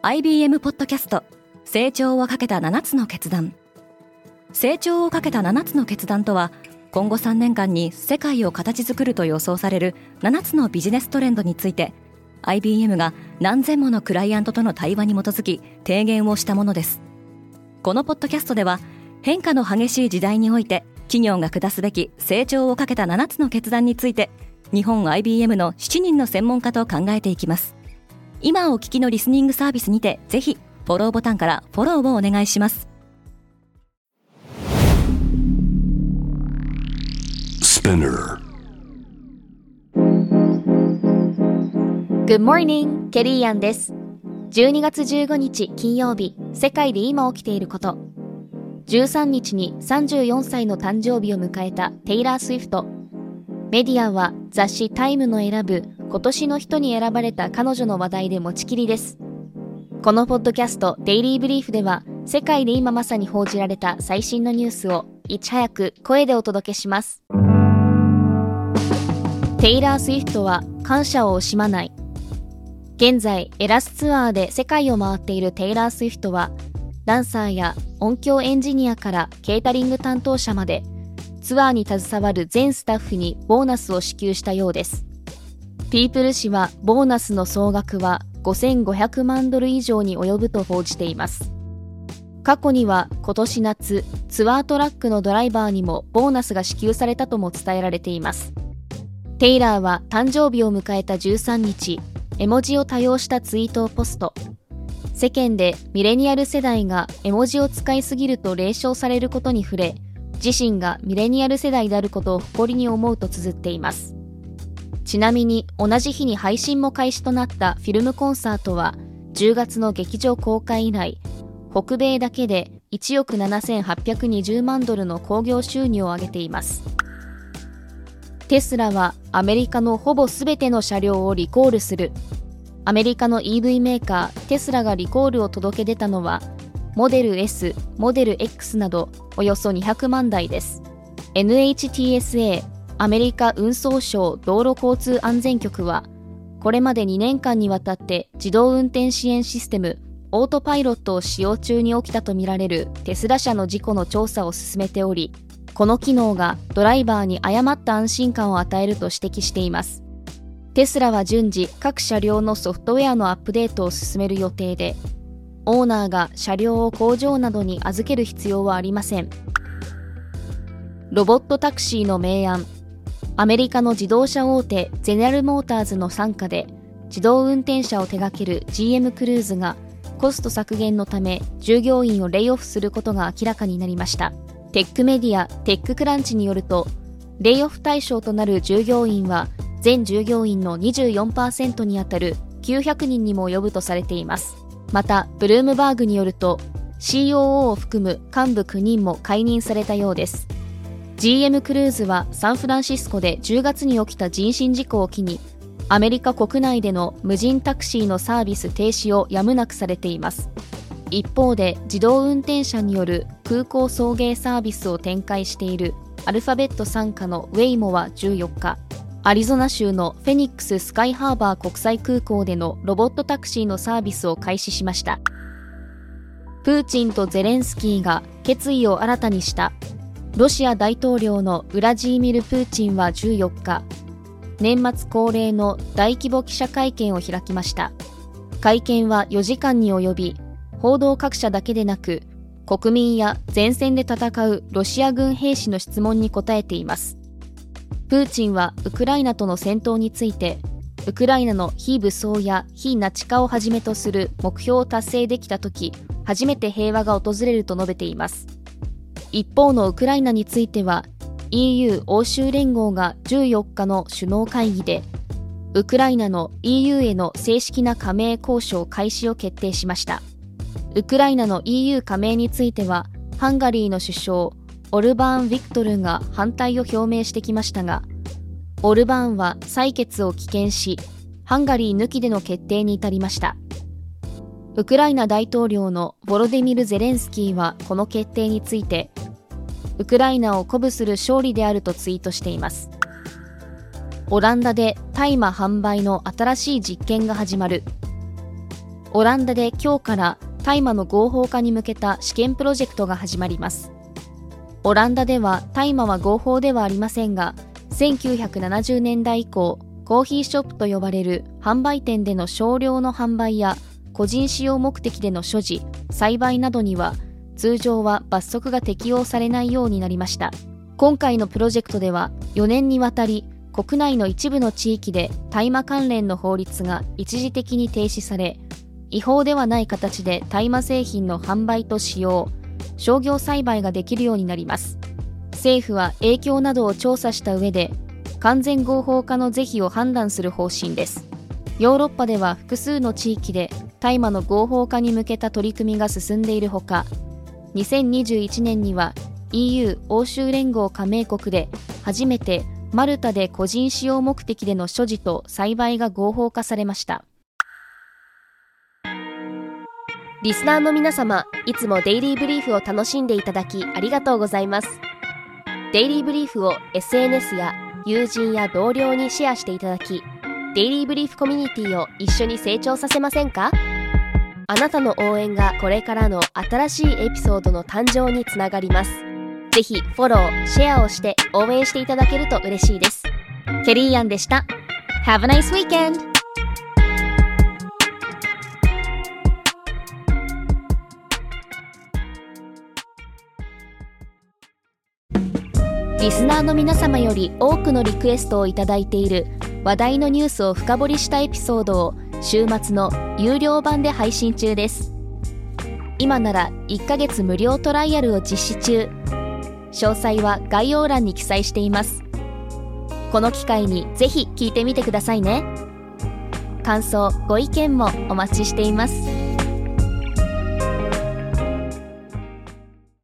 IBM ポッドキャスト成長をかけた7つの決断。成長をかけた7つの決断とは、今後3年間に世界を形作ると予想される7つのビジネストレンドについて IBM が何千ものクライアントとの対話に基づき提言をしたものです。このポッドキャストでは、変化の激しい時代において企業が下すべき成長をかけた7つの決断について、日本 IBM の7人の専門家と考えていきます。今お聞きのリスニングサービスにて、ぜひフォローボタンからフォローをお願いします。 Good morning! ケリーアンです。12月15日金曜日、世界で今起きていること。13日に34歳の誕生日を迎えたテイラー・スウィフト。メディアは雑誌タイムの選ぶ今年の人に選ばれた彼女の話題で持ちきりです。このポッドキャストデイリーブリーフでは、世界で今まさに報じられた最新のニュースをいち早く声でお届けします。テイラー・スウィフトは感謝を惜しまない。現在エラスツアーで世界を回っているテイラー・スウィフトは、ダンサーや音響エンジニアからケータリング担当者まで、ツアーに携わる全スタッフにボーナスを支給したようです。ピープル誌はボーナスの総額は$5500万以上に及ぶと報じています。過去には今年夏、ツアートラックのドライバーにもボーナスが支給されたとも伝えられています。テイラーは誕生日を迎えた13日、絵文字を多用したツイートをポスト。世間でミレニアル世代が絵文字を使いすぎると冷笑されることに触れ、自身がミレニアル世代であることを誇りに思うと綴っています。ちなみに同じ日に配信も開始となったフィルムコンサートは、10月の劇場公開以来、北米だけで1億7820万ドルの興行収入を上げています。テスラはアメリカのほぼ全ての車両をリコールする。アメリカの EV メーカーテスラがリコールを届け出たのは、モデル S、モデル X などおよそ200万台です。NHTSA、アメリカ運送省道路交通安全局は、これまで2年間にわたって自動運転支援システムオートパイロットを使用中に起きたとみられるテスラ社の事故の調査を進めており、この機能がドライバーに誤った安心感を与えると指摘しています。テスラは順次各車両のソフトウェアのアップデートを進める予定で、オーナーが車両を工場などに預ける必要はありません。ロボットタクシーの明暗。アメリカの自動車大手ゼネラルモーターズの傘下で自動運転車を手掛ける GM クルーズがコスト削減のため従業員をレイオフすることが明らかになりました。テックメディアテッククランチによると、レイオフ対象となる従業員は全従業員の 24% にあたる900人にも及ぶとされています。またブルームバーグによると、 COO を含む幹部9人も解任されたようです。 GM クルーズはサンフランシスコで10月に起きた人身事故を機に、アメリカ国内での無人タクシーのサービス停止をやむなくされています。一方で自動運転車による空港送迎サービスを展開しているアルファベット傘下のウェイモは14日、アリゾナ州のフェニックススカイハーバー国際空港でのロボットタクシーのサービスを開始しました。プーチンとゼレンスキーが決意を新たにした。ロシア大統領のウラジーミル・プーチンは14日、年末恒例の大規模記者会見を開きました。会見は4時間に及び、報道各社だけでなく、国民や前線で戦うロシア軍兵士の質問に答えています。プーチンはウクライナとの戦闘について、ウクライナの非武装や非ナチ化をはじめとする目標を達成できたとき、初めて平和が訪れると述べています。一方のウクライナについては、EU 欧州連合が14日の首脳会議で、ウクライナの EU への正式な加盟交渉開始を決定しました。ウクライナの EU 加盟については、ハンガリーの首相オルバーン・ヴィクトルが反対を表明してきましたが、オルバーンは採決を棄権し、ハンガリー抜きでの決定に至りました。ウクライナ大統領のボロディミル・ゼレンスキーはこの決定について、ウクライナを鼓舞する勝利であるとツイートしています。オランダで大麻販売の新しい実験が始まる。 オランダで今日から大麻の合法化に向けた試験プロジェクトが始まります。オランダでは大麻は合法ではありませんが、1970年代以降、コーヒーショップと呼ばれる販売店での少量の販売や個人使用目的での所持、栽培などには通常は罰則が適用されないようになりました。今回のプロジェクトでは4年にわたり国内の一部の地域で大麻関連の法律が一時的に停止され、違法ではない形で大麻製品の販売と使用、商業栽培ができるようになります。政府は影響などを調査した上で完全合法化の是非を判断する方針です。ヨーロッパでは複数の地域で大麻の合法化に向けた取り組みが進んでいるほか、2021年には EU 欧州連合加盟国で初めてマルタで個人使用目的での所持と栽培が合法化されました。 リスナーの皆様、いつもデイリーブリーフを楽しんでいただきありがとうございます。デイリーブリーフを SNS や友人や同僚にシェアしていただき、デイリーブリーフコミュニティを一緒に成長させませんか？あなたの応援がこれからの新しいエピソードの誕生につながります。ぜひフォロー、シェアをして応援していただけると嬉しいです。ケリーアンでした。Have a nice weekend! リスナーの皆様より多くのリクエストをいただいている話題のニュースを深掘りしたエピソードを週末の有料版で配信中です。今なら1ヶ月無料トライアルを実施中。詳細は概要欄に記載しています。この機会にぜひ聞いてみてくださいね。感想、ご意見もお待ちしています。